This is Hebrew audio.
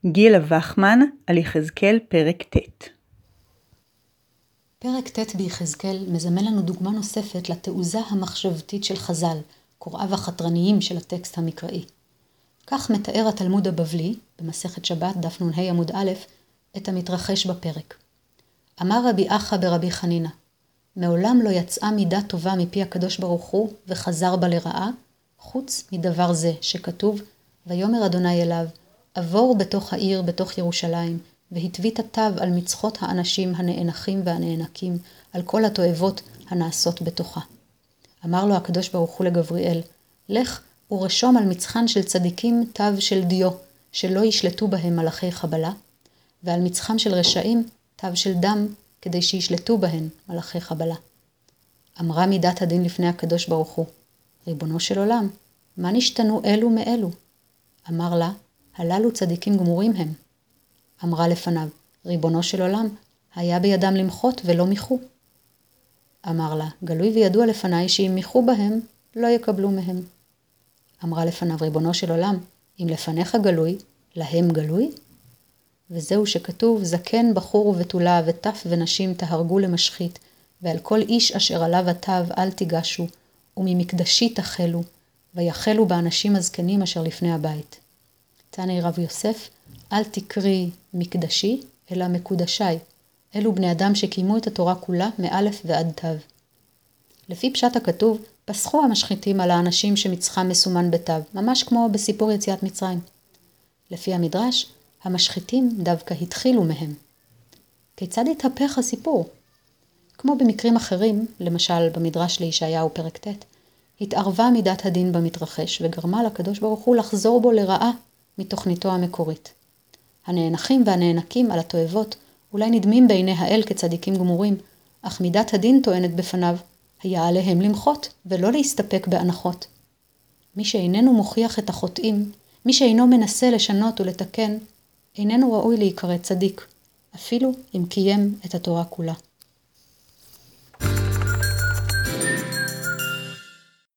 גילה וחמן על יחזקאל פרק ט'. פרק ט' ביחזקאל מזמן לנו דוגמה נוספת לתעוזה המחשבתית של חז"ל, קוראיו החתרניים של הטקסט המקראי. כך מתאר התלמוד הבבלי, במסכת שבת דף נ"ה עמוד א', את המתרחש בפרק. אמר רבי אחא ברבי חנינא, מעולם לא יצאה מידה טובה מפי הקדוש ברוך הוא וחזר בה לרעה, חוץ מדבר זה שכתוב, ויאמר אדוני אליו, עבור בתוך העיר, בתוך ירושלים, והתווית תו על מצחות האנשים הנאנחים והנאנקים, על כל התועבות הנעשות בתוכה. אמר לו הקדוש ברוך הוא לגבריאל, לך ורשום על מצחן של צדיקים תו של דיו, שלא ישלטו בהם מלאכי חבלה, ועל מצחם של רשעים תו של דם, כדי שישלטו בהן מלאכי חבלה. אמרה מידת הדין לפני הקדוש ברוך הוא, ריבונו של עולם, מה נשתנו אלו מאלו? אמר לה, הללו צדיקים גמורים הם. אמרה לפניו, ריבונו של עולם, היה בידם למחות ולא מיחו. אמר לה, גלוי וידוע לפניי שאם מיחו בהם, לא יקבלו מהם. אמרה לפניו, ריבונו של עולם, אם לפניך גלוי, להם גלוי? וזהו שכתוב, זקן בחור ובתולה וטף ונשים תהרגו למשחית, ועל כל איש אשר עליו התו אל תיגשו, וממקדשי תחלו, ויחלו באנשים הזקנים אשר לפני הבית. תנא רב יוסף, אל תקרי מקדשי, אלא מקודשי. אלו בני אדם שקיימו את התורה כולה מאלף ועד תו. לפי פשט הכתוב, פסחו המשחיתים על האנשים שמצחם מסומן בתו, ממש כמו בסיפור יציאת מצרים. לפי המדרש, המשחיתים דווקא התחילו מהם. כיצד התהפך הסיפור? כמו במקרים אחרים, למשל במדרש לישעיהו פרק ט', התערבה מידת הדין במתרחש וגרמה לקדוש ברוך הוא לחזור בו לרעה מתוכניתו המקורית. הנאנחים והנאנקים על התועבות אולי נדמים בעיני האל כצדיקים גמורים, אך מידת הדין טוענת בפניו, היה עליהם למחות ולא להסתפק בהנחות. מי שאיננו מוכיח את החוטאים, מי שאינו מנסה לשנות ולתקן, איננו ראוי להיקרא צדיק, אפילו אם קיים את התורה כולה.